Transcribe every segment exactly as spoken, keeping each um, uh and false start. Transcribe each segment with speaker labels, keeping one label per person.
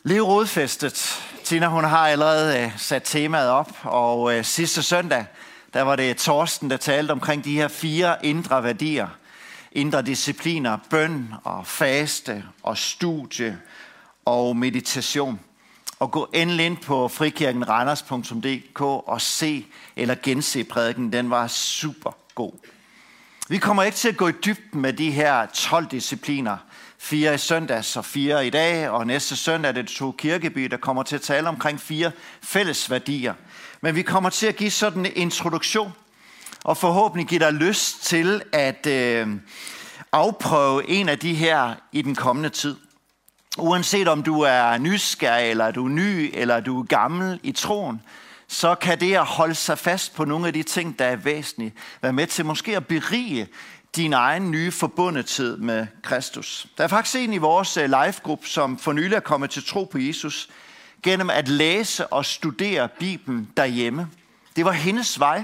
Speaker 1: Lev rodfæstet. Tina, hun har allerede øh, sat temaet op, og øh, sidste søndag, der var det Torsten, der talte omkring de her fire indre værdier. Indre discipliner, bøn og faste og studie og meditation. Og gå endelig ind på frikirken randers punktum d k og se eller gense prædiken. Den var super god. Vi kommer ikke til at gå i dybden med de her tolv discipliner. Fire i søndags og fire i dag, og næste søndag er det to Kirkeby, der kommer til at tale omkring fire fælles værdier. Men vi kommer til at give sådan en introduktion, og forhåbentlig give dig lyst til at øh, afprøve en af de her i den kommende tid. Uanset om du er nysgerrig, eller du er ny, eller du er gammel i troen, så kan det at holde sig fast på nogle af de ting, der er væsentlige, være med til måske at berige din egen nye forbundethed med Kristus. Der er faktisk en i vores live-gruppe, som for nylig er kommet til tro på Jesus, gennem at læse og studere Bibelen derhjemme. Det var hendes vej.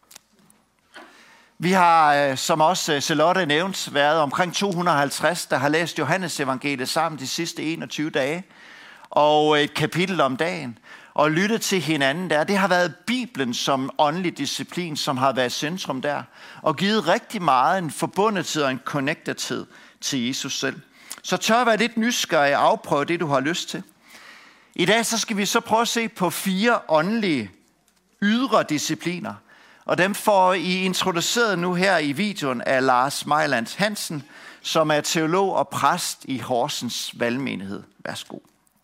Speaker 1: Vi har, som også Charlotte nævnt, været omkring to hundrede og halvtreds, der har læst Johannes evangeliet sammen de sidste enogtyve dage, og et kapitel om dagen, og lyttet til hinanden der. Det har været Bibelen som åndelig disciplin, som har været centrum der, og givet rigtig meget en forbundethed og en connectedhed til Jesus selv. Så tør at være lidt nysgerrig og afprøve det, du har lyst til. I dag så skal vi så prøve at se på fire åndelige ydre discipliner, og dem får I introduceret nu her i videoen af Lars Mejland Hansen, som er teolog og præst i Horsens Valgmenighed. Værsgo.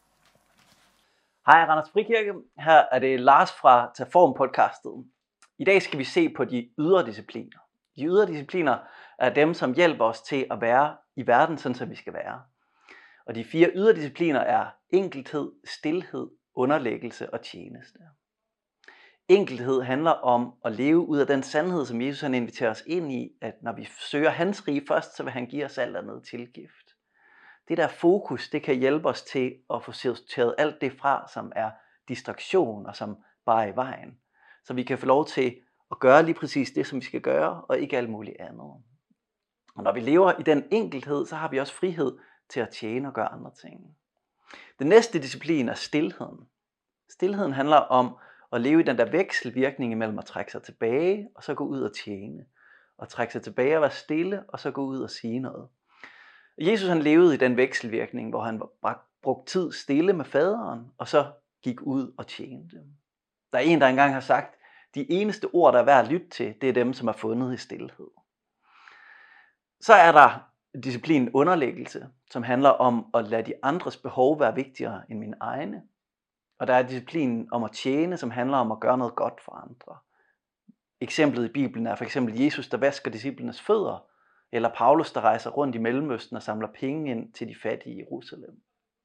Speaker 2: Hej Randers Frikirke, her er det Lars fra Taform podcastet. I dag skal vi se på de ydre discipliner. De ydre discipliner er dem, som hjælper os til at være i verden, sådan som vi skal være. Og de fire ydre discipliner er enkelthed, stilhed, underlæggelse og tjeneste. Enkelthed handler om at leve ud af den sandhed, som Jesus han inviterer os ind i, at når vi søger hans rige først, så vil han give os alt andet tilgift. Det der fokus, det kan hjælpe os til at få sorteret alt det fra, som er distraktion og som bare er i vejen. Så vi kan få lov til at gøre lige præcis det, som vi skal gøre, og ikke alt muligt andet. Og når vi lever i den enkelthed, så har vi også frihed til at tjene og gøre andre ting. Den næste disciplin er stilheden. Stilheden handler om at leve i den der vekselvirkning imellem at trække sig tilbage, og så gå ud og tjene. Og trække sig tilbage og være stille, og så gå ud og sige noget. Jesus han levede i den vekselvirkning, hvor han brugte tid stille med faderen, og så gik ud og tjente. Der er en, der engang har sagt, de eneste ord, der er værd at lytte til, det er dem, som er fundet i stilhed. Så er der disciplinen underlæggelse, som handler om at lade de andres behov være vigtigere end mine egne. Og der er disciplinen om at tjene, som handler om at gøre noget godt for andre. Eksemplet i Bibelen er for eksempel Jesus, der vasker disciplenes fødder, eller Paulus, der rejser rundt i Mellemøsten og samler penge ind til de fattige i Jerusalem.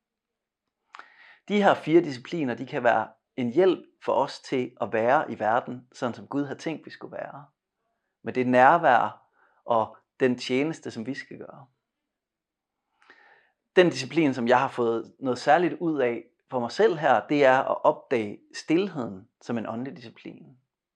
Speaker 2: De her fire discipliner, de kan være en hjælp for os til at være i verden, sådan som Gud har tænkt, vi skulle være. Med det nærvær og den tjeneste, som vi skal gøre. Den disciplin, som jeg har fået noget særligt ud af for mig selv her, det er at opdage stilheden som en åndelig disciplin.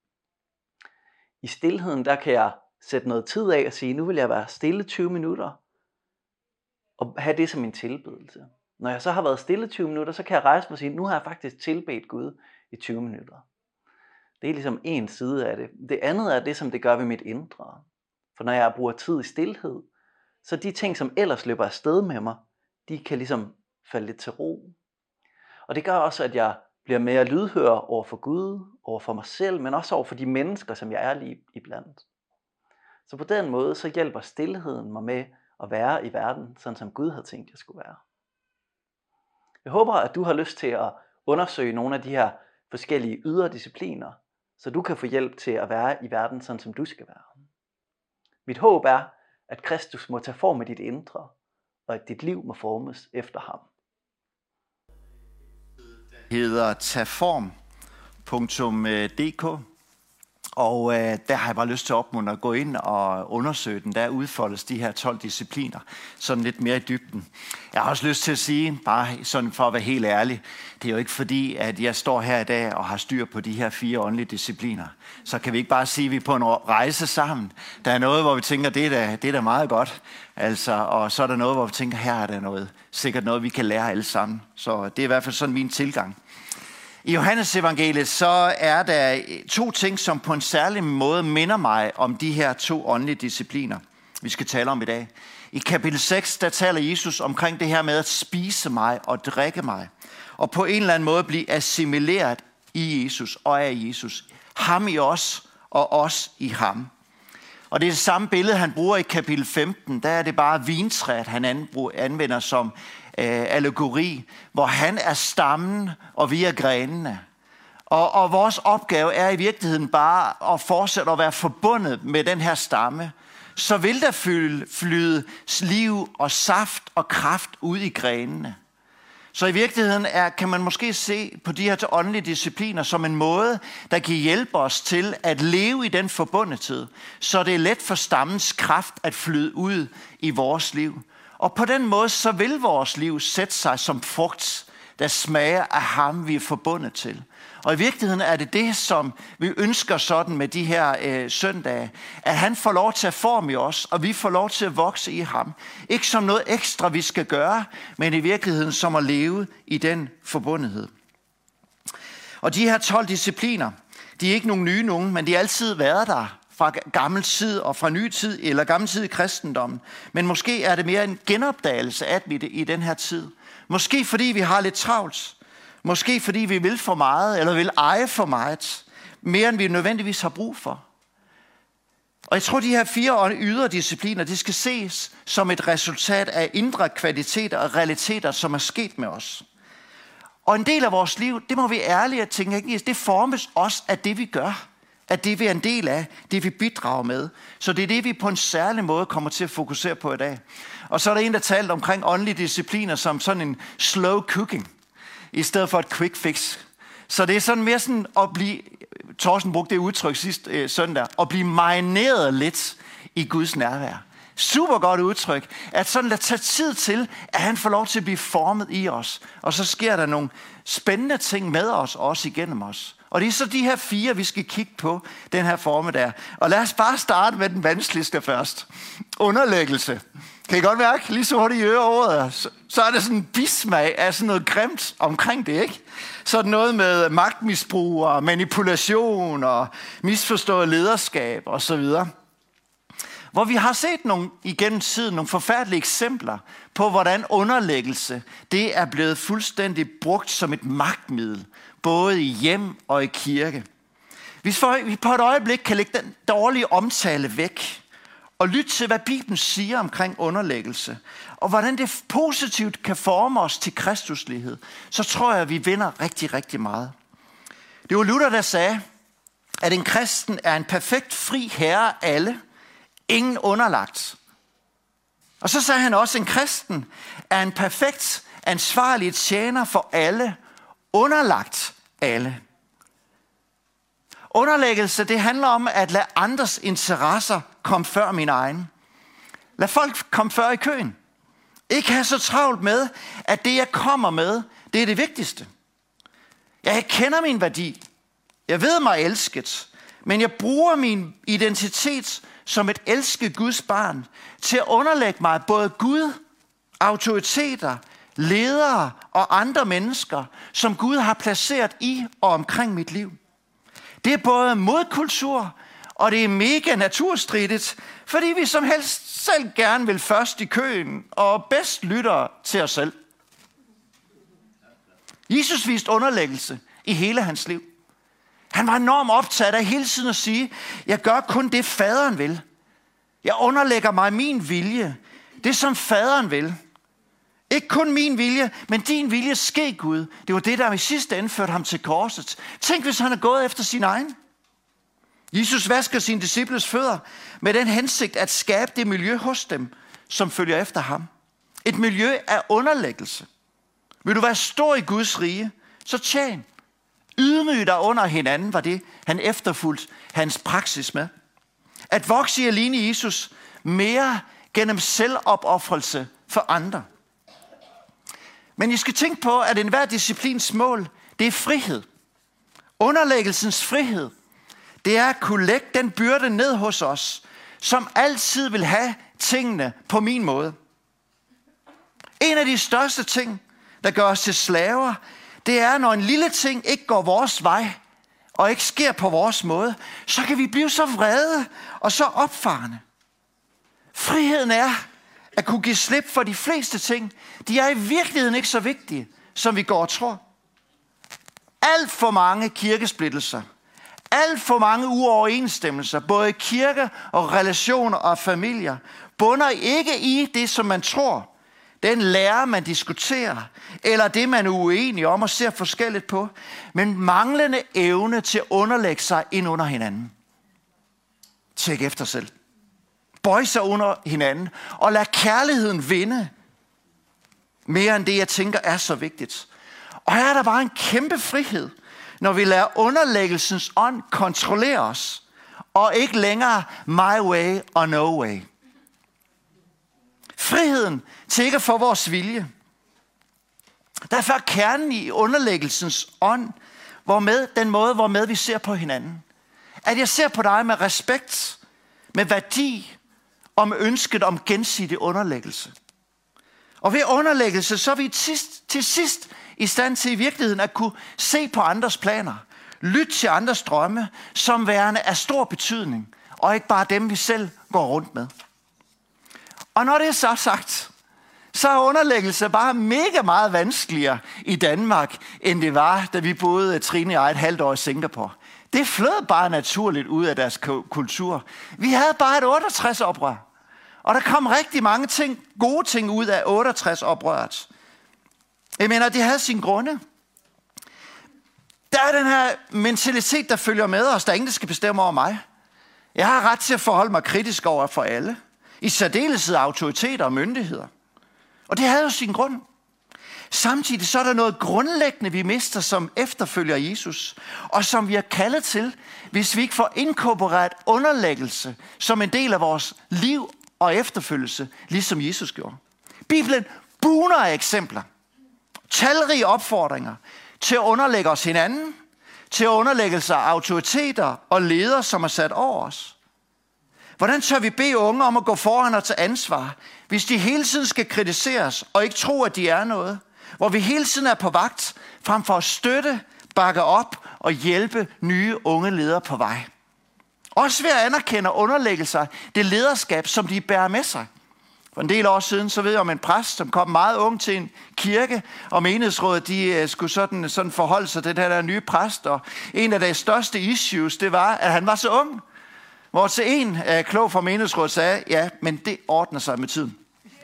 Speaker 2: I stilheden, der kan jeg sætte noget tid af og sige, nu vil jeg være stille tyve minutter, og have det som en tilbedelse. Når jeg så har været stille tyve minutter, så kan jeg rejse mig og sige, nu har jeg faktisk tilbedt Gud i tyve minutter. Det er ligesom en side af det. Det andet er det, som det gør ved mit indre. For når jeg bruger tid i stilhed, så de ting, som ellers løber afsted med mig, de kan ligesom falde lidt til ro. Og det gør også, at jeg bliver mere lydhør over for Gud, over for mig selv, men også over for de mennesker, som jeg er lige iblandt. Så på den måde, så hjælper stilheden mig med at være i verden, sådan som Gud havde tænkt, jeg skulle være. Jeg håber, at du har lyst til at undersøge nogle af de her forskellige ydre discipliner, så du kan få hjælp til at være i verden, sådan som du skal være. Mit håb er, at Kristus må tage form i dit indre, og at dit liv må formes efter ham.
Speaker 1: Hedder taform punktum d k, Og øh, der har jeg bare lyst til at opmuntre at gå ind og undersøge den. Der udfoldes de her tolv discipliner, sådan lidt mere i dybden. Jeg har også lyst til at sige, bare sådan for at være helt ærlig, det er jo ikke fordi, at jeg står her i dag og har styr på de her fire åndelige discipliner. Så kan vi ikke bare sige, at vi er på en rejse sammen. Der er noget, hvor vi tænker, det er da, det er da meget godt. Altså, og så er der noget, hvor vi tænker, her er der noget. Sikkert noget, vi kan lære alle sammen. Så det er i hvert fald sådan min tilgang. I Johannes evangeliet så er der to ting, som på en særlig måde minder mig om de her to åndelige discipliner, vi skal tale om i dag. I kapitel seks, der taler Jesus omkring det her med at spise mig og drikke mig, og på en eller anden måde blive assimileret i Jesus og af Jesus. Ham i os og os i ham. Og det er det samme billede, han bruger i kapitel femten. Der er det bare vintræet, han anvender som øh, allegori, hvor han er stammen, og vi er grenene. Og, og vores opgave er i virkeligheden bare at fortsætte at være forbundet med den her stamme. Så vil der flyde, flyde liv og saft og kraft ud i grenene. Så i virkeligheden er, kan man måske se på de her åndelige discipliner som en måde, der kan hjælpe os til at leve i den forbundethed, så det er let for stammens kraft at flyde ud i vores liv. Og på den måde, så vil vores liv sætte sig som frugt, der smager af ham, vi er forbundet til. Og i virkeligheden er det det, som vi ønsker sådan med de her øh, søndage, at han får lov til at forme i os, og vi får lov til at vokse i ham. Ikke som noget ekstra, vi skal gøre, men i virkeligheden som at leve i den forbundethed. Og de her tolv discipliner, de er ikke nogen nye nogen, men de har altid været der fra gammel tid og fra ny tid, eller gammel tid i kristendommen. Men måske er det mere en genopdagelse af dem i den her tid. Måske fordi vi har lidt travlt. Måske fordi vi vil for meget, eller vil eje for meget, mere end vi nødvendigvis har brug for. Og jeg tror, de her fire ydre discipliner, det skal ses som et resultat af indre kvaliteter og realiteter, som er sket med os. Og en del af vores liv, det må vi ærligt at tænke, det formes også af det, vi gør. Af det, vi er en del af, det vi bidrager med. Så det er det, vi på en særlig måde kommer til at fokusere på i dag. Og så er der en, der talte omkring åndelige discipliner som sådan en slow cooking, i stedet for et quick fix. Så det er sådan mere sådan at blive, Thorsten brugte det udtryk sidste øh, søndag, at blive marineret lidt i Guds nærvær. Super godt udtryk, at sådan lad tage tid til, at han får lov til at blive formet i os. Og så sker der nogle spændende ting med os, også igennem os. Og det er så de her fire, vi skal kigge på den her formiddag. Og lad os bare starte med den vanskeligste først. Underlæggelse. Kan I godt mærke, lige så hurtigt i øreordet, så, så er det sådan en bismag af sådan noget grimt omkring det, ikke? Så er det noget med magtmisbrug og manipulation og misforstået lederskab og så videre. Hvor vi har set nogle, igennem tiden nogle forfærdelige eksempler på, hvordan underlæggelse, det er blevet fuldstændig brugt som et magtmiddel, både i hjem og i kirke. Hvis vi på et øjeblik kan lægge den dårlige omtale væk, og lytte til, hvad Bibelen siger omkring underlæggelse, og hvordan det positivt kan forme os til kristuslighed, så tror jeg, at vi vinder rigtig, rigtig meget. Det var Luther, der sagde, at en kristen er en perfekt fri herre af alle, ingen underlagt. Og så sagde han også, at en kristen er en perfekt ansvarlig tjener for alle, underlagt alle. Underlæggelse, det handler om at lade andres interesser komme før min egen. Lad folk komme før i køen. Ikke have så travlt med, at det jeg kommer med, det er det vigtigste. Jeg kender min værdi. Jeg ved mig elsket. Men jeg bruger min identitet som et elsket Guds barn til at underlægge mig både Gud, autoriteter, ledere og andre mennesker, som Gud har placeret i og omkring mit liv. Det er både modkultur, og det er mega naturstridigt, fordi vi som helst selv gerne vil først i køen, og bedst lytter til os selv. Jesus viste underlæggelse i hele hans liv. Han var enormt optaget af hele tiden at sige, jeg gør kun det, faderen vil. Jeg underlægger mig min vilje, det som faderen vil. Ikke kun min vilje, men din vilje ske, Gud. Det var det, der i sidste ende førte ham til korset. Tænk, hvis han er gået efter sin egen. Jesus vasker sine disciples fødder med den hensigt at skabe det miljø hos dem, som følger efter ham. Et miljø af underlæggelse. Vil du være stor i Guds rige, så tjen. Ydmyg dig under hinanden, var det, han efterfulgte hans praksis med. At vokse i at ligne Jesus mere gennem selvopoffrelse for andre. Men I skal tænke på, at enhver disciplins mål, det er frihed. Underlæggelsens frihed, det er at kunne lægge den byrde ned hos os, som altid vil have tingene på min måde. En af de største ting, der gør os til slaver, det er, når en lille ting ikke går vores vej, og ikke sker på vores måde, så kan vi blive så vrede og så opfarende. Friheden er at kunne give slip for de fleste ting. De er i virkeligheden ikke så vigtige, som vi går og tror. Alt for mange kirkesplittelser, alt for mange uoverensstemmelser, både i kirke og relationer og familier, bunder ikke i det, som man tror, den lære, man diskuterer, eller det, man er uenig om og ser forskelligt på, men manglende evne til at underlægge sig ind under hinanden. Tjek efter selv. Bøj sig under hinanden, og lad kærligheden vinde mere end det, jeg tænker er så vigtigt. Og her er der bare en kæmpe frihed, når vi lader underlæggelsens ånd kontrollere os, og ikke længere my way og no way. Friheden til ikke at få vores vilje. Derfor er kernen i underlæggelsens ånd, hvormed, den måde, hvormed vi ser på hinanden. At jeg ser på dig med respekt, med værdi og med ønsket om gensidig underlæggelse. Og ved underlæggelse, så er vi til, til sidst i stand til i virkeligheden at kunne se på andres planer, lytte til andres drømme, som værende af stor betydning, og ikke bare dem, vi selv går rundt med. Og når det er så sagt, så er underlæggelse bare mega meget vanskeligere i Danmark, end det var, da vi boede Trine og jeg et halvt år i Singapore. Det flød bare naturligt ud af deres kultur. Vi havde bare et otteogtres-oprør. Og der kom rigtig mange ting, gode ting ud af otteogtres-oprøret. Jeg mener, det havde sin grunde. Der er den her mentalitet, der følger med os. Der er ingen, der skal bestemme over mig. Jeg har ret til at forholde mig kritisk over for alle. I særdeleshed autoriteter og myndigheder. Og det havde jo sin grund. Samtidig så er der noget grundlæggende, vi mister som efterfølger Jesus, og som vi er kaldet til, hvis vi ikke får inkorporeret underlæggelse som en del af vores liv og efterfølgelse, ligesom Jesus gjorde. Bibelen buner af eksempler, talrige opfordringer til at underlægge os hinanden, til at underlægge sig af autoriteter og ledere, som er sat over os. Hvordan tør vi bede unge om at gå foran og tage ansvar, hvis de hele tiden skal kritiseres og ikke tro, at de er noget? Hvor vi hele tiden er på vagt, frem for at støtte, bakke op og hjælpe nye unge ledere på vej. Også ved at anerkende og underlægge sig det lederskab, som de bærer med sig. For en del år siden, så ved jeg om en præst, som kom meget ung til en kirke, og menighedsrådet, de skulle sådan, sådan forholde sig til den her nye præst. Og en af de største issues, det var, at han var så ung. Hvor til en uh, klog fra menighedsrådet sagde, ja, men det ordner sig med tiden.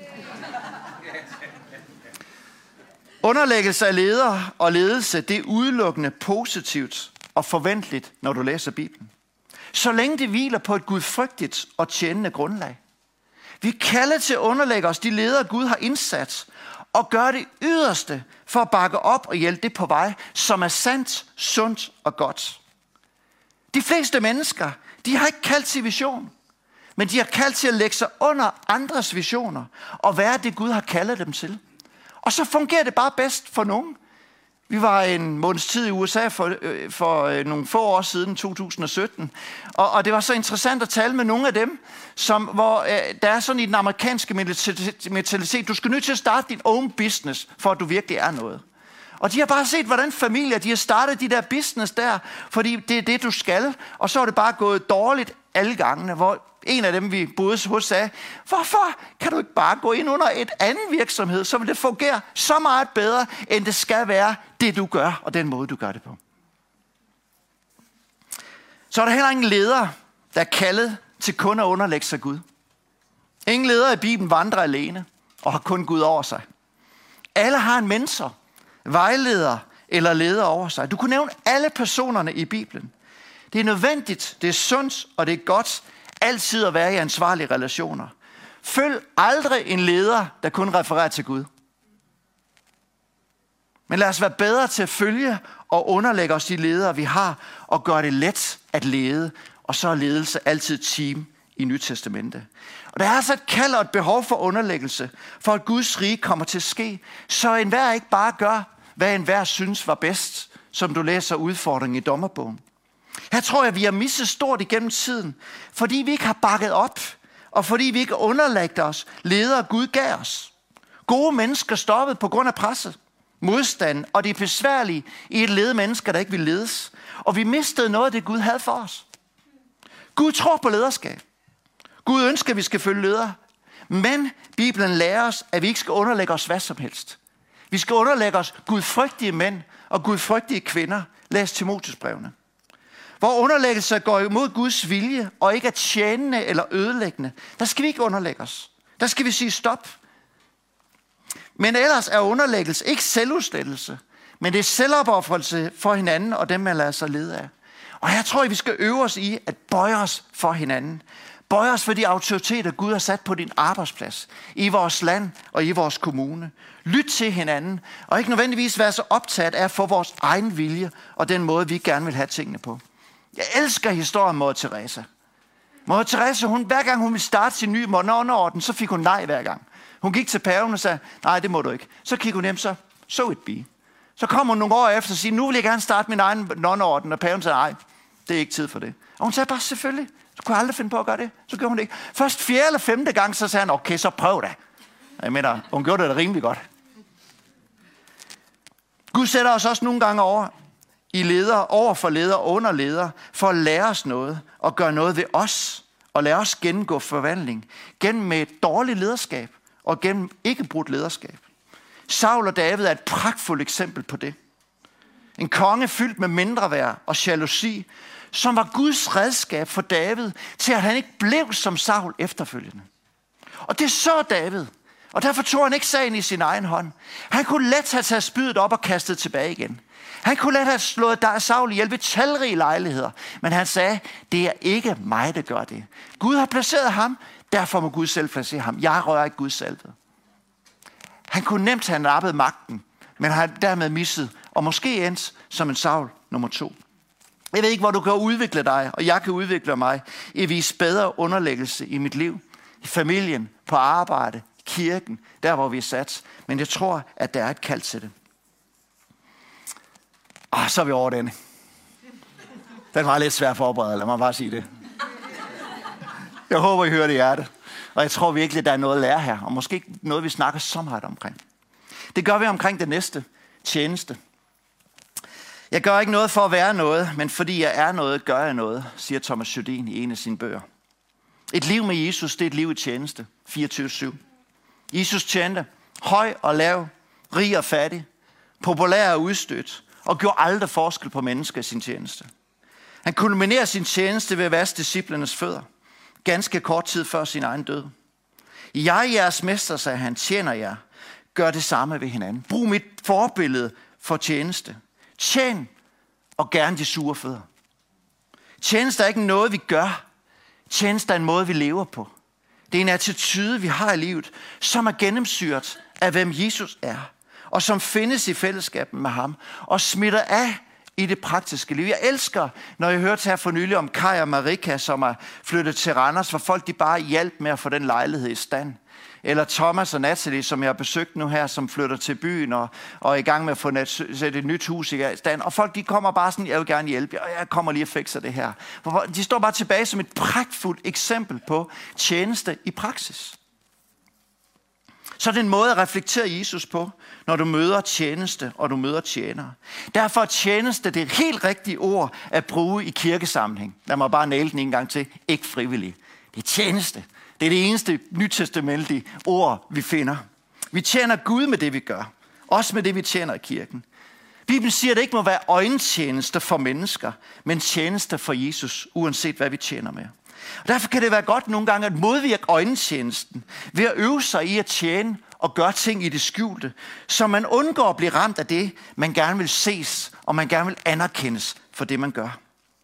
Speaker 1: Underlæggelse af ledere og ledelse, det er udelukkende positivt og forventeligt, når du læser Bibelen. Så længe det hviler på et gudfrygtigt og tjenende grundlag. Vi kalder til at underlægge os de ledere, Gud har indsat, og gøre det yderste for at bakke op og hjælpe det på vej, som er sandt, sundt og godt. De fleste mennesker, de har ikke kaldt til vision, men de har kaldt til at lægge sig under andres visioner og være det, Gud har kaldet dem til. Og så fungerer det bare bedst for nogen. Vi var en måneds tid i U S A for, øh, for øh, nogle få år siden, to tusind og sytten, og, og det var så interessant at tale med nogle af dem, som, hvor øh, der er sådan i den amerikanske mentalitet, du skal nødt til at starte din own business, for at du virkelig er noget. Og de har bare set, hvordan familier, de har startet de der business der, fordi det er det, du skal, og så er det bare gået dårligt alle gangene, hvor en af dem, vi boede hos, sagde, hvorfor kan du ikke bare gå ind under et andet virksomhed, så vil det fungere så meget bedre, end det skal være det, du gør, og den måde, du gør det på. Så er der heller ingen leder, der er kaldet til kun at underlægge sig Gud. Ingen leder i Bibelen vandrer alene og har kun Gud over sig. Alle har en mentor, vejleder eller leder over sig. Du kunne nævne alle personerne i Bibelen. Det er nødvendigt, det er sundt, og det er godt altid at være i ansvarlige relationer. Følg aldrig en leder, der kun refererer til Gud. Men lad os være bedre til at følge og underlægge os de ledere, vi har, og gøre det let at lede. Og så er ledelse altid team i Nyt Testamente. Og der er altså et kald og et behov for underlæggelse, for at Guds rige kommer til at ske, så enhver ikke bare gør, hvad enhver synes var bedst, som du læser udfordringen i dommerbogen. Her tror jeg, vi har misset stort igennem tiden, fordi vi ikke har bakket op, og fordi vi ikke underlagt os ledere Gud gav os. Gode mennesker stoppede på grund af presset, modstand, og det er besværligt i et lede mennesker, der ikke vil ledes. Og vi mistede noget af det, Gud havde for os. Gud tror på lederskab. Gud ønsker, at vi skal følge ledere. Men Bibelen lærer os, at vi ikke skal underlægge os hvad som helst. Vi skal underlægge os gudfrygtige mænd og gudfrygtige kvinder. Læs Timotheusbrevene. Hvor underlæggelse går imod Guds vilje og ikke er tjenende eller ødelæggende, der skal vi ikke underlægge os. Der skal vi sige stop. Men ellers er underlæggelse ikke selvudslettelse, men det er selvopoffrelse for hinanden og dem, man lader sig lede af. Og jeg tror, at vi skal øve os i at bøje os for hinanden. Bøje os for de autoriteter, Gud har sat på din arbejdsplads, i vores land og i vores kommune. Lyt til hinanden, og ikke nødvendigvis være så optaget af at få vores egen vilje og den måde, vi gerne vil have tingene på. Jeg elsker historien om Moder Teresa. Moder Teresa, hun, hver gang hun ville starte sin nye nonneorden, så fik hun nej hver gang. Hun gik til paven og sagde, nej, det må du ikke. Så kiggede hun hjem, så so it be. Så kom hun nogle år efter og sagde, nu vil jeg gerne starte min egen nonneorden, og paven sagde, nej, det er ikke tid for det. Og hun sagde bare, selvfølgelig. Så kunne jeg aldrig finde på at gøre det. Så gjorde hun det ikke. Først fjerde eller femte gang, så sagde han, okay, så prøv da. Jeg mener, hun gjorde det da rimelig godt. Gud sætter os også nogle gange over i ledere, over for ledere og under ledere, for at lære os noget og gøre noget ved os. Og lære os gennemgå forvandling. Gennem med et dårligt lederskab og gennem ikke brudt lederskab. Saul og David er et pragtfuldt eksempel på det. En konge fyldt med mindreværd og jalousi, som var Guds redskab for David, til at han ikke blev som Saul efterfølgende. Og det så David, og derfor tog han ikke sagen i sin egen hånd. Han kunne let have taget spydet op og kastet tilbage igen. Han kunne let have slået Saul ihjel ved talrige lejligheder, men han sagde, det er ikke mig, der gør det. Gud har placeret ham, derfor må Gud selv placere ham. Jeg rører ikke Guds salve. Han kunne nemt have nappet magten, men han har dermed misset, og måske endt som en Saul nummer to. Jeg ved ikke, hvor du kan udvikle dig, og jeg kan udvikle mig, i at vise bedre underlæggelse i mit liv, i familien, på arbejde, kirken, der hvor vi er sat. Men jeg tror, at der er et kald til det. Og så er vi over denne. Den var lidt svær at forberede, lad mig bare sige det. Jeg håber, I hører det i hjertet. Og jeg tror virkelig, at der er noget at lære her, og måske ikke noget, vi snakker så meget omkring. Det gør vi omkring det næste, tjeneste. Jeg gør ikke noget for at være noget, men fordi jeg er noget, gør jeg noget, siger Thomas Jødin i en af sine bøger. Et liv med Jesus, det er et liv i tjeneste, fireogtyve syv. Jesus tjente høj og lav, rig og fattig, populær og udstødt, og gjorde aldrig forskel på mennesker i sin tjeneste. Han kulminerer sin tjeneste ved at vaske disciplernes fødder, ganske kort tid før sin egen død. Jeg, jeres mester, sagde han, tjener jer. Gør det samme ved hinanden. Brug mit forbillede for tjeneste. Tjen, og gerne de sure fødder. Tjeneste er ikke noget, vi gør. Tjeneste er en måde, vi lever på. Det er en attitude, vi har i livet, som er gennemsyret af, hvem Jesus er, og som findes i fællesskabet med ham, og smitter af i det praktiske liv. Jeg elsker, når jeg hørte her for nylig om Kai og Marika, som er flyttet til Randers, hvor folk de bare hjalp med at få den lejlighed i stand. Eller Thomas og Natalie, som jeg har besøgt nu her, som flytter til byen og, og er i gang med at få net, sætte et nyt hus i stand. Og folk de kommer bare sådan, jeg vil gerne hjælpe, og jeg kommer lige og fikser det her. De står bare tilbage som et pragtfuldt eksempel på tjeneste i praksis. Så er det en måde at reflektere Jesus på, når du møder tjeneste, og du møder tjenere. Derfor er tjeneste det helt rigtige ord at bruge i kirkesammenhæng. Lad mig bare næle den en gang til. Ikke frivillig. Det er tjeneste. Det er det eneste nytestamentlige ord, vi finder. Vi tjener Gud med det, vi gør. Også med det, vi tjener i kirken. Bibelen siger, at det ikke må være øjentjeneste for mennesker, men tjeneste for Jesus, uanset hvad vi tjener med. Og derfor kan det være godt nogle gange at modvirke øjentjenesten ved at øve sig i at tjene og gøre ting i det skjulte, så man undgår at blive ramt af det, man gerne vil ses, og man gerne vil anerkendes for det, man gør.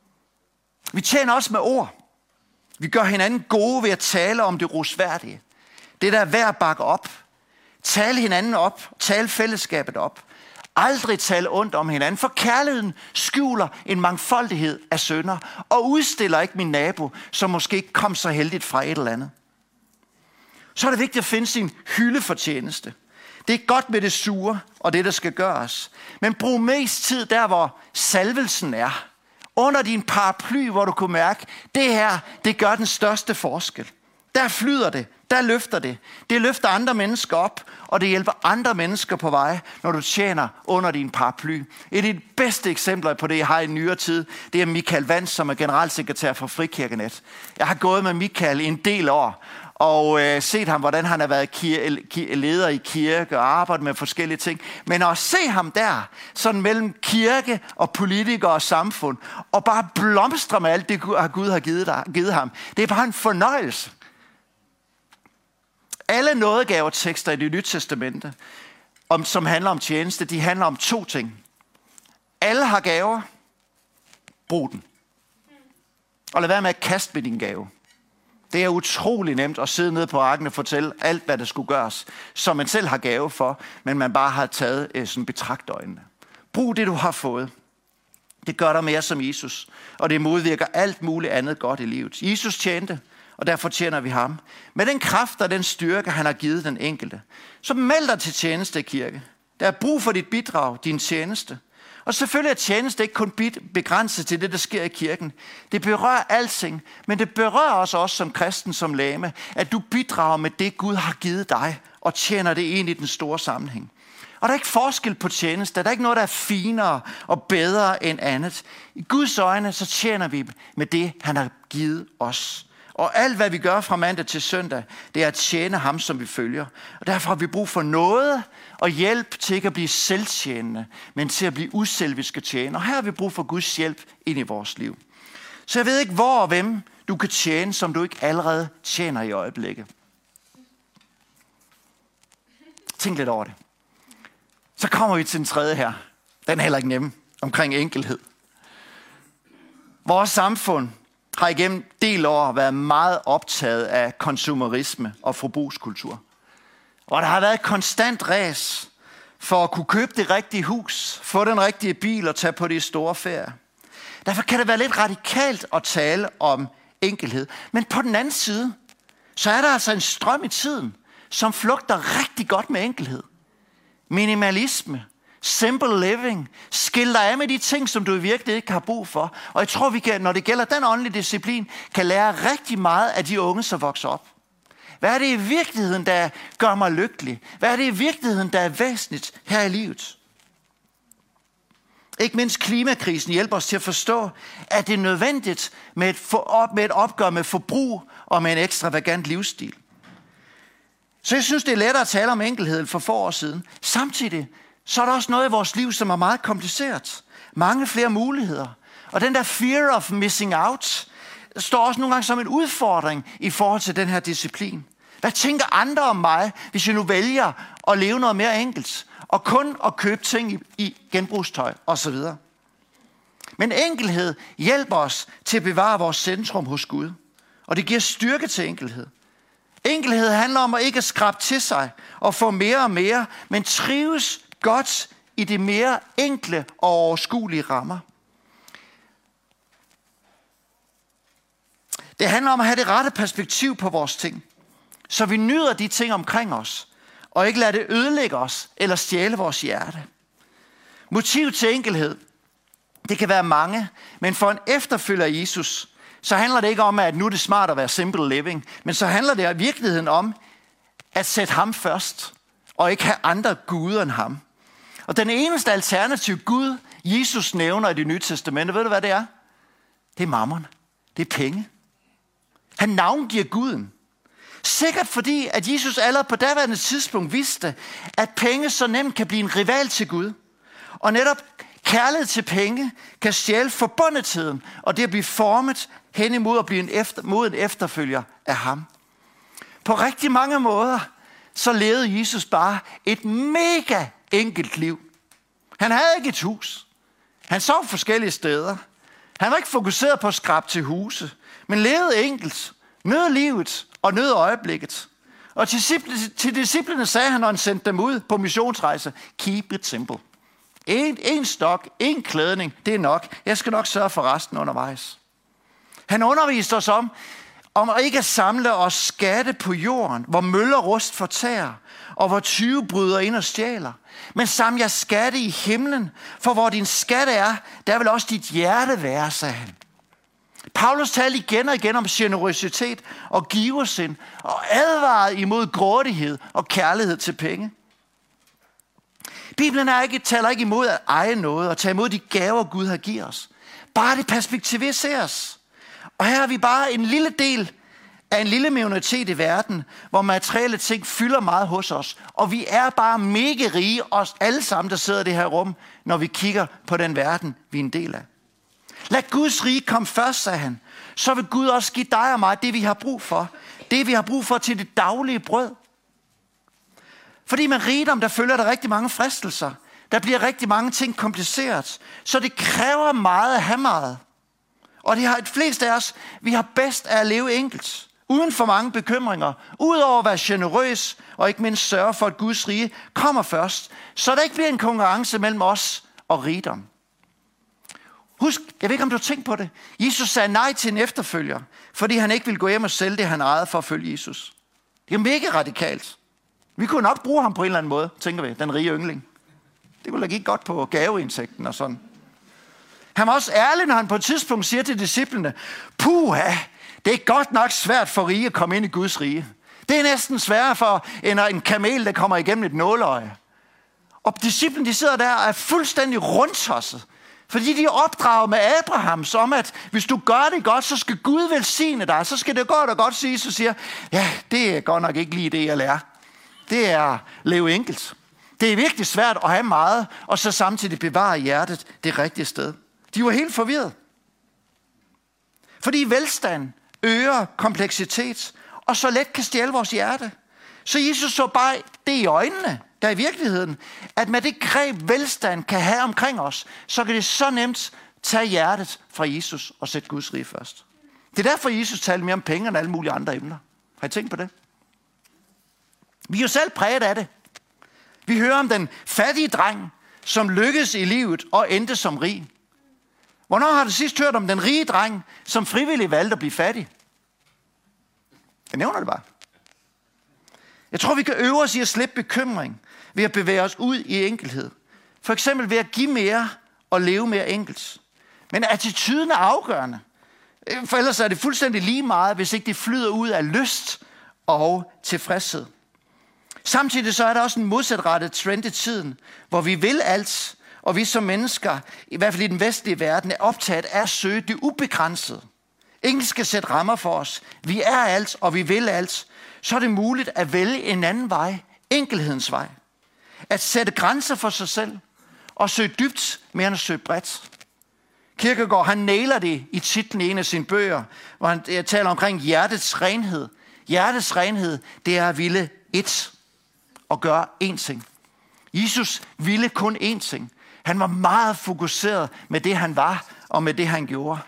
Speaker 1: Vi tjener også med ord. Vi gør hinanden gode ved at tale om det rosværdige. Det der er værd at bakke op. Tale hinanden op. Tale fællesskabet op. Aldrig tale ondt om hinanden, for kærligheden skjuler en mangfoldighed af synder, og udstiller ikke min nabo, som måske ikke kom så heldigt fra et eller andet. Så er det vigtigt at finde sin hyldefortjeneste. Det er godt med det sure og det, der skal gøres. Men brug mest tid der, hvor salvelsen er. Under din paraply, hvor du kunne mærke, det her, det gør den største forskel. Der flyder det, der løfter det. Det løfter andre mennesker op, og det hjælper andre mennesker på vej, når du tjener under din paraply. Et af de bedste eksempler på det, jeg har i nyere tid, det er Michael Vance, som er generalsekretær for Frikirkenet. Jeg har gået med Michael i en del år, og øh, set ham, hvordan han har været kir- leder i kirke og arbejdet med forskellige ting. Men at se ham der, sådan mellem kirke og politikere og samfund, og bare blomstre med alt det, Gud har givet, dig, givet ham, det er bare en fornøjelse. Alle nådegavetekster i Det Nye Testamente, om, som handler om tjeneste, de handler om to ting. Alle har gaver. Brug den. Og lad være med at kaste med din gave. Det er utrolig nemt at sidde nede på arken og fortælle alt, hvad der skulle gøres, som man selv har gave for, men man bare har taget øh, sådan betragtøjne. Brug det, du har fået. Det gør dig mere som Jesus, og det modvirker alt muligt andet godt i livet. Jesus tjente, og derfor tjener vi ham. Med den kraft og den styrke, han har givet den enkelte. Så meld dig til tjeneste i kirke. Der er brug for dit bidrag, din tjeneste. Og selvfølgelig er tjeneste ikke kun begrænset til det, der sker i kirken. Det berører alting, men det berører også os som kristen, som læme, at du bidrager med det, Gud har givet dig, og tjener det ind i den store sammenhæng. Og der er ikke forskel på tjeneste. Der er ikke noget, der er finere og bedre end andet. I Guds øjne, så tjener vi med det, han har givet os. Og alt, hvad vi gør fra mandag til søndag, det er at tjene ham, som vi følger. Og derfor har vi brug for noget og hjælp til ikke at blive selvtjenende, men til at blive uselviske tjenere. Og her har vi brug for Guds hjælp ind i vores liv. Så jeg ved ikke, hvor og hvem du kan tjene, som du ikke allerede tjener i øjeblikket. Tænk lidt over det. Så kommer vi til den tredje her. Den er heller ikke nem, omkring enkelhed. Vores samfund har igennem del år været meget optaget af konsumerisme og forbrugskultur. Og der har været et konstant ræs for at kunne købe det rigtige hus, få den rigtige bil og tage på de store ferier. Derfor kan det være lidt radikalt at tale om enkelhed. Men på den anden side, så er der altså en strøm i tiden, som flugter rigtig godt med enkelhed. Minimalisme, simple living, skil dig af med de ting, som du i virkeligheden ikke har brug for. Og jeg tror, vi kan, når det gælder den åndelige disciplin, kan lære rigtig meget af de unge, som vokser op. Hvad er det i virkeligheden, der gør mig lykkelig? Hvad er det i virkeligheden, der er væsentligt her i livet? Ikke mindst klimakrisen hjælper os til at forstå, at det er nødvendigt med et, for, med et opgør med forbrug og med en ekstravagant livsstil. Så jeg synes, det er lettere at tale om enkelhed for få år siden. Samtidig så er der også noget i vores liv, som er meget kompliceret. Mange flere muligheder. Og den der fear of missing out står også nogle gange som en udfordring i forhold til den her disciplin. Hvad tænker andre om mig, hvis jeg nu vælger at leve noget mere enkelt? Og kun at købe ting i, i genbrugstøj osv. Men enkelhed hjælper os til at bevare vores centrum hos Gud. Og det giver styrke til enkelhed. Enkelhed handler om at ikke skrabe til sig og få mere og mere, men trives godt i de mere enkle og overskuelige rammer. Det handler om at have det rette perspektiv på vores ting, så vi nyder de ting omkring os, og ikke lader det ødelægge os eller stjæle vores hjerte. Motiv til enkelhed, det kan være mange, men for en efterfølger af Jesus, så handler det ikke om, at nu er det smart at være simple living, men så handler det i virkeligheden om at sætte ham først, og ikke have andre guder end ham. Og den eneste alternativ Gud, Jesus nævner i Det Nye Testamente, ved du hvad det er? Det er mammon. Det er penge. Han navngiver Guden. Sikkert fordi, at Jesus allerede på daværende tidspunkt vidste, at penge så nemt kan blive en rival til Gud. Og netop kærlighed til penge kan stjæle forbundetheden, og det at blive formet hen imod at blive en, efter, mod en efterfølger af ham. På rigtig mange måder, så levede Jesus bare et mega enkelt liv. Han havde ikke et hus. Han sov forskellige steder. Han var ikke fokuseret på at skrabe til huse, men levede enkelt, nød livet og nød øjeblikket. Og til, til disciplene sagde han, når han sendte dem ud på missionsrejse, keep it simple. En, en stok, en klædning, det er nok. Jeg skal nok sørge for resten undervejs. Han underviste os om, om at ikke samle os skatte på jorden, hvor møller rust fortærer, og hvor tyve bryder ind og stjæler. Men samle jer skatte i himlen, for hvor din skatte er, der vil også dit hjerte være, sagde han. Paulus talte igen og igen om generøsitet og giversind, og advarede imod grådighed og kærlighed til penge. Bibelen er ikke, taler ikke imod at eje noget og tage imod de gaver, Gud har givet os. Bare det perspektiviseres. Og her er vi bare en lille del af en lille minoritet i verden, hvor materielle ting fylder meget hos os. Og vi er bare mega rige, os alle sammen, der sidder i det her rum, når vi kigger på den verden, vi er en del af. Lad Guds rige komme først, sagde han. Så vil Gud også give dig og mig det, vi har brug for. Det, vi har brug for til det daglige brød. Fordi med rigdom, der følger der rigtig mange fristelser. Der bliver rigtig mange ting kompliceret. Så det kræver meget at have meget. Og det har et flest af os, vi har bedst af at leve enkelt. Uden for mange bekymringer. Udover at være generøs og ikke mindst sørge for, at Guds rige kommer først. Så der ikke bliver en konkurrence mellem os og rigdom. Husk, jeg ved ikke, om du har tænkt på det. Jesus sagde nej til en efterfølger, fordi han ikke ville gå hjem og sælge det, han ejede for at følge Jesus. Det er mega radikalt. Vi kunne nok bruge ham på en eller anden måde, tænker vi, den rige yngling. Det kunne da gik godt på gaveindsigten og sådan. Han var også ærlig, når han på et tidspunkt siger til disciplene, puha, det er godt nok svært for rige at komme ind i Guds rige. Det er næsten sværere for end en kamel, der kommer igennem et nåleøje. Og disciplene, de sidder der og er fuldstændig rundtosset. Fordi de er opdraget med Abraham, som at hvis du gør det godt, så skal Gud velsigne dig. Så skal det godt og godt sige, så siger, ja, det er godt nok ikke lige det, jeg lærer. Det er leve enkelt. Det er virkelig svært at have meget, og så samtidig bevare hjertet det rigtige sted. De var helt forvirret. Fordi velstand øger kompleksitet, og så let kan stjæle vores hjerte. Så Jesus så bare det i øjnene, der i virkeligheden, at med det greb velstand kan have omkring os, så kan det så nemt tage hjertet fra Jesus og sætte Guds rige først. Det er derfor, Jesus taler mere om penge end alle mulige andre emner. Har I tænkt på det? Vi er jo selv præget af det. Vi hører om den fattige dreng, som lykkedes i livet og endte som rig. Hvornår har du sidst hørt om den rige dreng, som frivilligt valgte at blive fattig? Jeg nævner det bare. Jeg tror, vi kan øve os i at slippe bekymring ved at bevæge os ud i enkelhed. For eksempel ved at give mere og leve mere enkelt. Men attituden er afgørende. For ellers er det fuldstændig lige meget, hvis ikke det flyder ud af lyst og tilfredshed. Samtidig så er der også en modsatrettet trend i tiden, hvor vi vil alt, og vi som mennesker, i hvert fald i den vestlige verden, er optaget af at søge det ubegrænsede. Ingen skal sætte rammer for os. Vi er alt, og vi vil alt. Så er det muligt at vælge en anden vej, enkelhedens vej. At sætte grænser for sig selv, og søge dybt mere end at søge bredt. Kierkegaard, han nailer det i titlen i en af sine bøger, hvor han taler omkring hjertets renhed. Hjertets renhed, det er at ville ét og gøre én ting. Jesus ville kun én ting. Han var meget fokuseret med det, han var, og med det, han gjorde.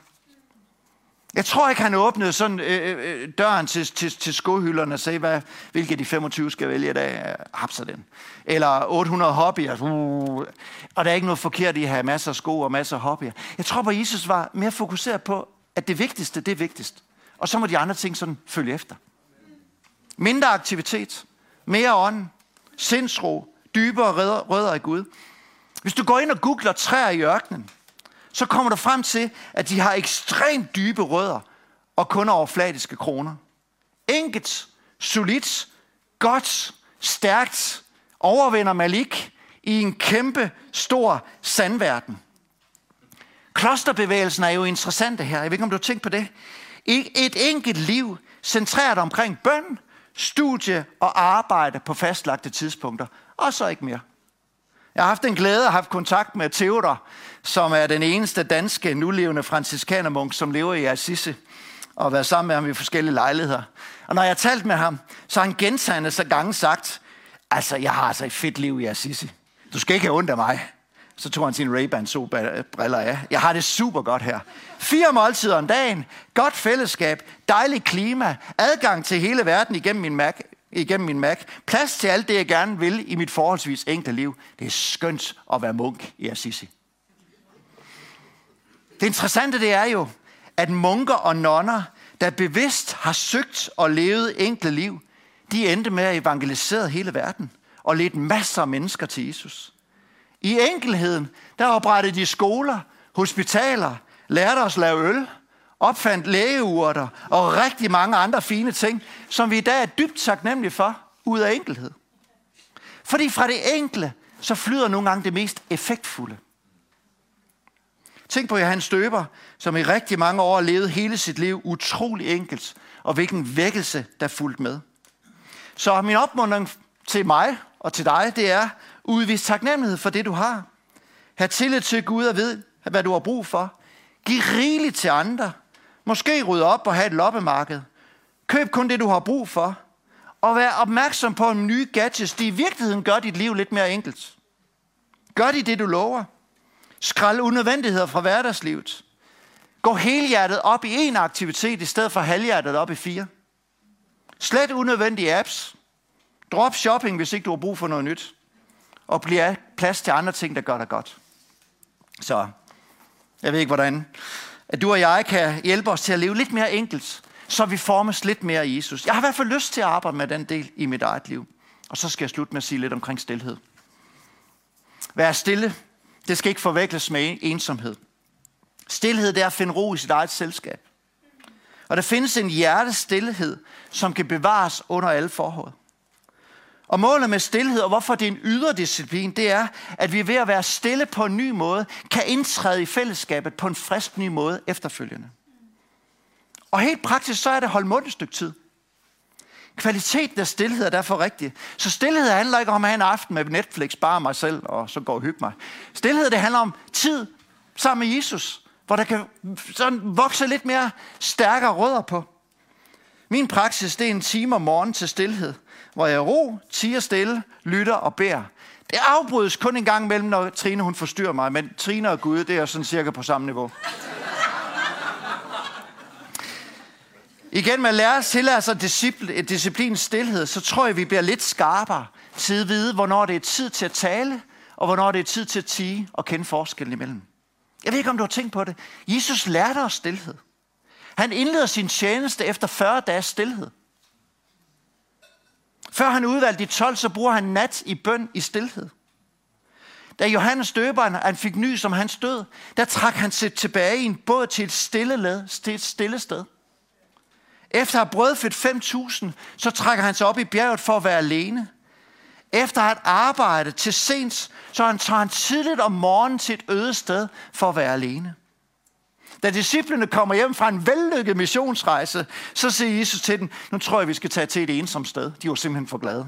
Speaker 1: Jeg tror ikke, han åbnede sådan øh, døren til, til, til skohylderne og sagde, hvad, hvilke de femogtyve skal vælge i dag. Hapser den. Eller otte hundrede hobbyer. Uh, og der er ikke noget forkert i at have masser af sko og masser af hobbyer. Jeg tror bare, Jesus var mere fokuseret på, at det vigtigste, det er vigtigst. Og så må de andre ting sådan følge efter. Mindre aktivitet, mere ånd, sindsro, dybere rødder i Gud. Hvis du går ind og googler træer i ørkenen, så kommer du frem til, at de har ekstremt dybe rødder og kun overfladiske kroner. Enkelt, solidt, godt, stærkt overvinder Malik i en kæmpe stor sandverden. Klosterbevægelsen er jo interessant her. Jeg ved ikke, om du har tænkt på det. Et enkelt liv centreret omkring bøn, studie og arbejde på fastlagte tidspunkter. Og så ikke mere. Jeg har haft en glæde at have haft kontakt med Theodor, som er den eneste danske nulevende franciskanermunk, som lever i Assisi, og har været sammen med ham i forskellige lejligheder. Og når jeg har talt med ham, så har han gentagende så gange sagt, altså jeg har altså et fedt liv i Assisi. Du skal ikke have ondt af mig. Så tog han sine Ray-Ban solbriller af. Jeg har det super godt her. Fire måltider om dagen, godt fællesskab, dejligt klima, adgang til hele verden igennem min Mac, igennem min Mac. Plads til alt det, jeg gerne vil i mit forholdsvis enkle liv. Det er skønt at være munk i Assisi. Det interessante det er jo, at munker og nonner, der bevidst har søgt og levet enkle liv, de endte med at evangelisere hele verden og ledte masser af mennesker til Jesus. I enkelheden, der oprettede de skoler, hospitaler, lærte os lave øl, opfandt lægeurter og rigtig mange andre fine ting, som vi i dag er dybt taknemmelige for, ud af enkelhed. Fordi fra det enkle, så flyder nogle gange det mest effektfulde. Tænk på Johannes Døber, som i rigtig mange år levede hele sit liv utrolig enkelt, og hvilken vækkelse, der fulgte med. Så min opmuntring til mig og til dig, det er, udvis taknemmelighed for det, du har. Ha' tillid til Gud og ved, hvad du har brug for. Giv rigeligt til andre. Måske rydde op og have et loppemarked. Køb kun det, du har brug for. Og vær opmærksom på, om nye gadgets, de i virkeligheden gør dit liv lidt mere enkelt. Gør de det, du lover. Skrald unødvendigheder fra hverdagslivet. Gå helhjertet op i en aktivitet, i stedet for halvhjertet op i fire. Slet unødvendige apps. Drop shopping, hvis ikke du har brug for noget nyt. Og bliv plads til andre ting, der gør dig godt. Så, jeg ved ikke hvordan, at du og jeg kan hjælpe os til at leve lidt mere enkelt, så vi formes lidt mere i Jesus. Jeg har i hvert fald lyst til at arbejde med den del i mit eget liv. Og så skal jeg slutte med at sige lidt omkring stilhed. Vær stille. Det skal ikke forveksles med ensomhed. Stilhed, det er at finde ro i sit eget selskab. Og der findes en hjertestilhed, som kan bevares under alle forhold. Og målet med stilhed, og hvorfor det er en ydre disciplin, det er, at vi ved at være stille på en ny måde, kan indtræde i fællesskabet på en frisk ny måde efterfølgende. Og helt praktisk, så er det holdt mund et stykke tid. Kvaliteten af stilhed er derfor rigtig. Så stilhed handler ikke om at have en aften med Netflix, bare mig selv, og så går og hygge mig. Stilhed, det handler om tid sammen med Jesus, hvor der kan sådan vokse lidt mere stærkere rødder på. Min praksis, det er en time om morgenen til stilhed, hvor jeg ro, tiger stille, lytter og beder. Det afbrydes kun en gang imellem, når Trine hun forstyrrer mig, men Trine og Gud, det er sådan cirka på samme niveau. Igen med at lære til altså disciplin, disciplin stilhed, så tror jeg, vi bliver lidt skarpere til at vide, hvornår det er tid til at tale, og hvornår det er tid til at tie og kende forskellen imellem. Jeg ved ikke, om du har tænkt på det. Jesus lærte os stilhed. Han indleder sin tjeneste efter fyrre dages stilhed. Før han udvalgte de tolv, så bruger han nat i bøn i stilhed. Da Johannes Døberen han fik nys om hans død, der trak han sig tilbage i en båd til et stille, led, til et stille sted. Efter at have brødfødt fem tusind, så trækker han sig op i bjerget for at være alene. Efter at have arbejdet til sent, så han tager han tidligt om morgenen til et øde sted for at være alene. Da disciplene kommer hjem fra en vellykket missionsrejse, så siger Jesus til dem, nu tror jeg, vi skal tage til et ensomt sted. De var simpelthen for glade.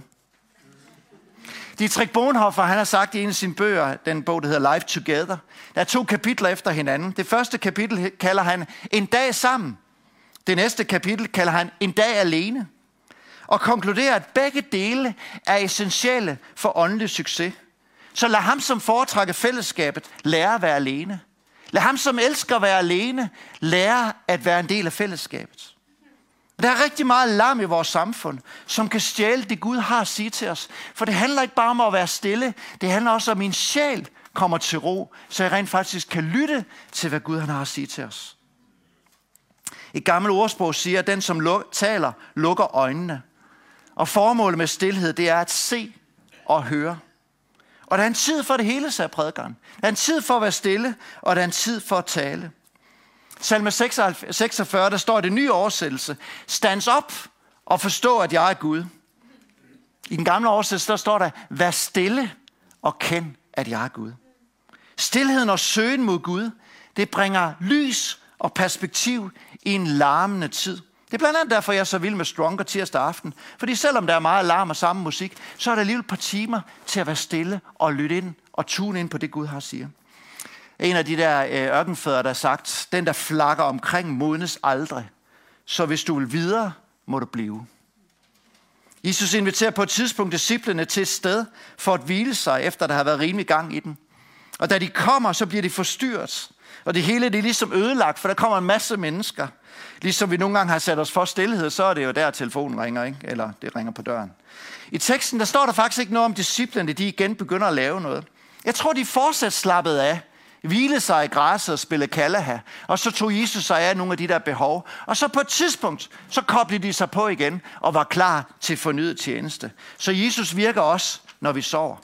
Speaker 1: Dietrich Bonhoeffer, han har sagt i en af sine bøger, den bog, der hedder Life Together, der er to kapitler efter hinanden. Det første kapitel kalder han En dag sammen. Det næste kapitel kalder han En dag alene. Og konkluderer, at begge dele er essentielle for åndelig succes. Så lad ham, som foretrækker fællesskabet, lære at være alene. Lad ham, som elsker at være alene, lære at være en del af fællesskabet. Der er rigtig meget larm i vores samfund, som kan stjæle det, Gud har at sige til os. For det handler ikke bare om at være stille. Det handler også om, at min sjæl kommer til ro, så jeg rent faktisk kan lytte til, hvad Gud han har at sige til os. Et gammelt ordsprog siger, at den, som luk- taler, lukker øjnene. Og formålet med stilhed, det er at se og høre. Og der er en tid for det hele, sagde prædikeren. Der er en tid for at være stille, og der er en tid for at tale. Salme seksogfyrre, der står det nye oversættelse. Stands op og forstå, at jeg er Gud. I den gamle oversættelse, der står der, vær stille og kend, at jeg er Gud. Stilheden og søgen mod Gud, det bringer lys og perspektiv i en larmende tid. Det er blandt andet derfor, jeg er så vild med Stronger tirsdag aften. Fordi selvom der er meget larm og samme musik, så er der alligevel et par timer til at være stille og lytte ind og tune ind på det, Gud har at sige. En af de der ørkenfædre, der har sagt, den der flakker omkring modnes aldrig. Så hvis du vil videre, må du blive. Jesus inviterer på et tidspunkt disciplene til et sted for at hvile sig, efter der har været rimelig gang i den. Og da de kommer, så bliver de forstyrret. Og det hele det er ligesom ødelagt, for der kommer en masse mennesker. Ligesom vi nogle gange har sat os for stillhed, så er det jo der, telefonen ringer, ikke? Eller det ringer på døren. I teksten, der står der faktisk ikke noget om disciplerne, de igen begynder at lave noget. Jeg tror, de fortsat slappede af, hvile sig i græsset og spille kalaha. Og så tog Jesus sig af nogle af de der behov. Og så på et tidspunkt, så koblede de sig på igen og var klar til fornyet tjeneste. Så Jesus virker også, når vi sover.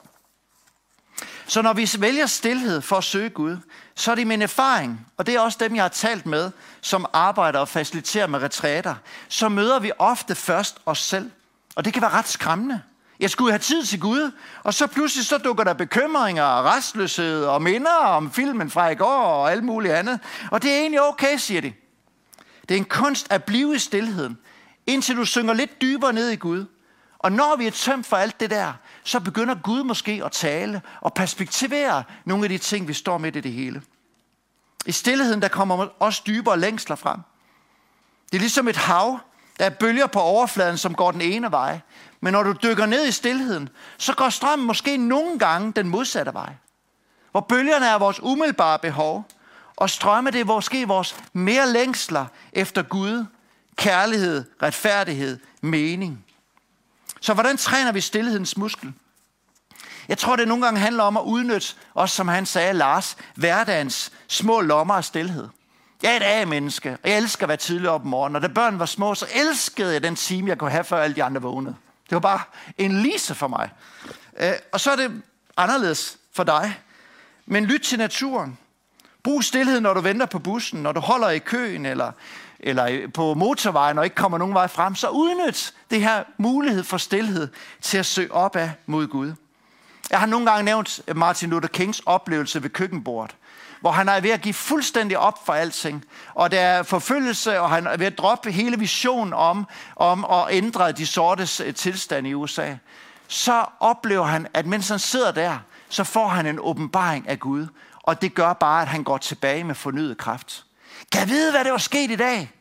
Speaker 1: Så når vi vælger stilhed for at søge Gud, så er det min erfaring, og det er også dem, jeg har talt med, som arbejder og faciliterer med retræter, så møder vi ofte først os selv. Og det kan være ret skræmmende. Jeg skulle have tid til Gud, og så pludselig så dukker der bekymringer og restløshed og minder om filmen fra i går og alt muligt andet. Og det er egentlig okay, siger de. Det er en kunst at blive i stilheden, indtil du synger lidt dybere ned i Gud. Og når vi er tømt for alt det der, så begynder Gud måske at tale og perspektivere nogle af de ting, vi står midt i det hele. I stilheden, der kommer også dybere længsler frem. Det er ligesom et hav, der er bølger på overfladen, som går den ene vej. Men når du dykker ned i stilheden, så går strømmen måske nogle gange den modsatte vej. Hvor bølgerne er vores umiddelbare behov, og strømme det er måske vores mere længsler efter Gud, kærlighed, retfærdighed, mening. Så hvordan træner vi stillhedens muskel? Jeg tror, det nogle gange handler om at udnytte, også som han sagde, Lars, hverdagens små lommer af stilhed. Jeg er et A-menneske, og jeg elsker at være tidlig op om morgenen. Og da børn var små, så elskede jeg den time, jeg kunne have, før alle de andre vågnede. Det var bare en lise for mig. Og så er det anderledes for dig. Men lyt til naturen. Brug stilhed, når du venter på bussen, når du holder i køen, eller, eller på motorvejen, og ikke kommer nogen vej frem. Så udnyt det her mulighed for stilhed til at søge opad mod Gud. Jeg har nogle gange nævnt Martin Luther Kings oplevelse ved køkkenbordet, hvor han er ved at give fuldstændig op for alting. Og der er forfølgelse, og han er ved at droppe hele visionen om, om at ændre de sortes tilstand i U S A. Så oplever han, at mens han sidder der, så får han en åbenbaring af Gud. Og det gør bare, at han går tilbage med fornyet kraft. Kan jeg vide, hvad det var sket i dag?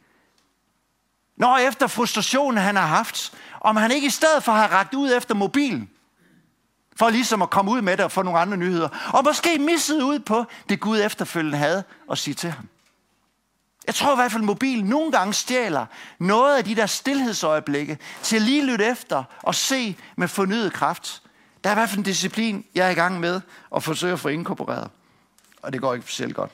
Speaker 1: Når efter frustrationen, han har haft, om han ikke i stedet for har rakt ud efter mobilen, for ligesom at komme ud med det og få nogle andre nyheder. Og måske misset ud på det Gud efterfølgende havde at sige til ham. Jeg tror i hvert fald, at mobilen nogle gange stjæler noget af de der stilhedsøjeblikke til at lige lytte efter og se med fornyet kraft. Der er i hvert fald en disciplin, jeg er i gang med at forsøge at få inkorporeret. Og det går ikke selv godt.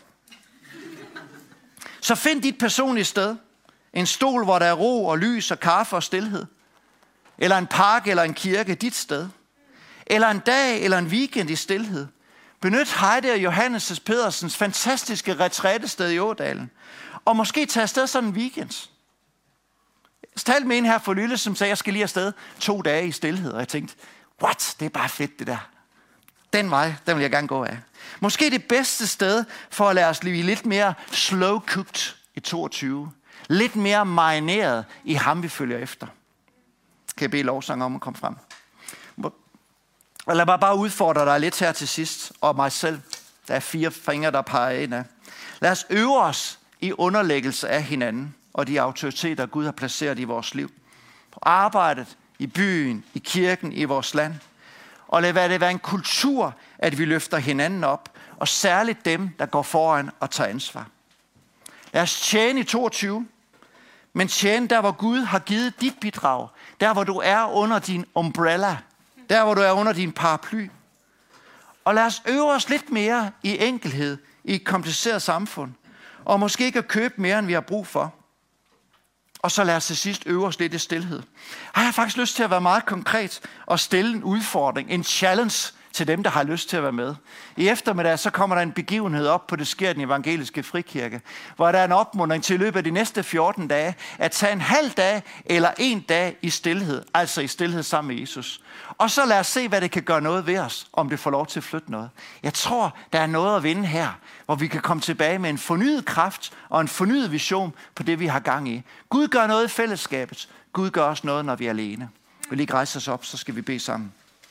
Speaker 1: Så find dit personlige sted. En stol, hvor der er ro og lys og kaffe og stilhed. Eller en park eller en kirke, dit sted. Eller en dag eller en weekend i stilhed. Benyt Heide og Johannes Pedersens fantastiske retrætested i Ådalen. Og måske tage afsted sådan en weekend. Jeg talte med en her for Lylle, som sagde, at jeg skal lige afsted to dage i stilhed. Og jeg tænkte, what? Det er bare fedt det der. Den vej, den vil jeg gerne gå af. Måske det bedste sted for at lade os blive lidt mere slow cooked i toogtyve. Lidt mere marineret i ham, vi følger efter. Kan jeg bede lovsang om at komme frem? Og lad mig bare udfordre dig lidt her til sidst, og mig selv. Der er fire fingre, der peger ind af. Lad os øve os i underlæggelse af hinanden, og de autoriteter, Gud har placeret i vores liv. På arbejdet, i byen, i kirken, i vores land. Og lad det være en kultur, at vi løfter hinanden op, og særligt dem, der går foran og tager ansvar. Lad os tjene i toogtyve, men tjene der, hvor Gud har givet dit bidrag. Der, hvor du er under din umbrella. Der, hvor du er under din paraply. Og lad os øve os lidt mere i enkelhed i et kompliceret samfund. Og måske ikke at købe mere, end vi har brug for. Og så lad os til sidst øve os lidt i stilhed. Jeg har faktisk lyst til at være meget konkret og stille en udfordring, en challenge til dem, der har lyst til at være med. I eftermiddag så kommer der en begivenhed op på det sker den evangeliske frikirke, hvor der er en opmuntring til i løbet af de næste fjorten dage, at tage en halv dag eller en dag i stilhed, altså i stilhed sammen med Jesus. Og så lad os se, hvad det kan gøre noget ved os, om det får lov til at flytte noget. Jeg tror, der er noget at vinde her, hvor vi kan komme tilbage med en fornyet kraft og en fornyet vision på det, vi har gang i. Gud gør noget i fællesskabet. Gud gør også noget, når vi er alene. Vi lige rejse os op, så skal vi bede sammen.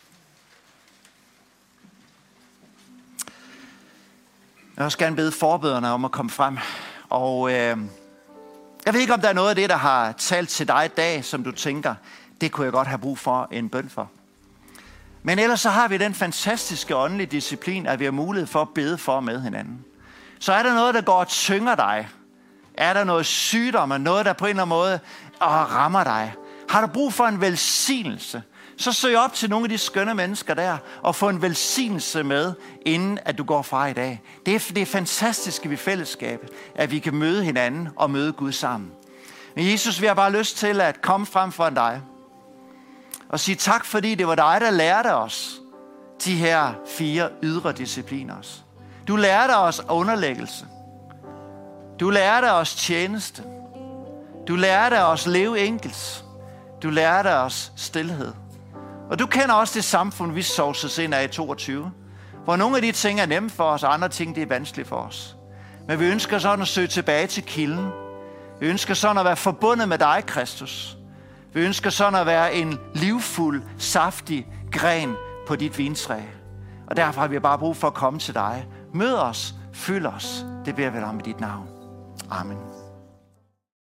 Speaker 1: Jeg vil også gerne bede forbederne om at komme frem. Og øh, jeg ved ikke, om der er noget af det, der har talt til dig i dag, som du tænker, det kunne jeg godt have brug for en bøn for. Men ellers så har vi den fantastiske åndelige disciplin, at vi har mulighed for at bede for med hinanden. Så er der noget, der går og tynger dig. Er der noget sygdom, noget, der på en eller anden måde åh, rammer dig? Har du brug for en velsignelse? Så søg op til nogle af de skønne mennesker der, og få en velsignelse med, inden at du går fra i dag. Det er det er fantastiske ved fællesskabet, at vi kan møde hinanden og møde Gud sammen. Men Jesus, vi har bare lyst til at komme frem for dig, og sige tak, fordi det var dig, der lærte os de her fire ydre discipliner. Du lærte os underlæggelse. Du lærte os tjeneste. Du lærte os leve enkelt. Du lærte os stilhed. Og du kender også det samfund, vi sovses ind af i toogtyve, hvor nogle af de ting er nemme for os, og andre ting det er vanskeligt for os. Men vi ønsker sådan at søge tilbage til kilden. Vi ønsker sådan at være forbundet med dig, Kristus. Vi ønsker sådan at være en livfuld, saftig gren på dit vintræ. Og derfor har vi bare brug for at komme til dig. Mød os, fyld os. Det beder vi dig om i dit navn. Amen.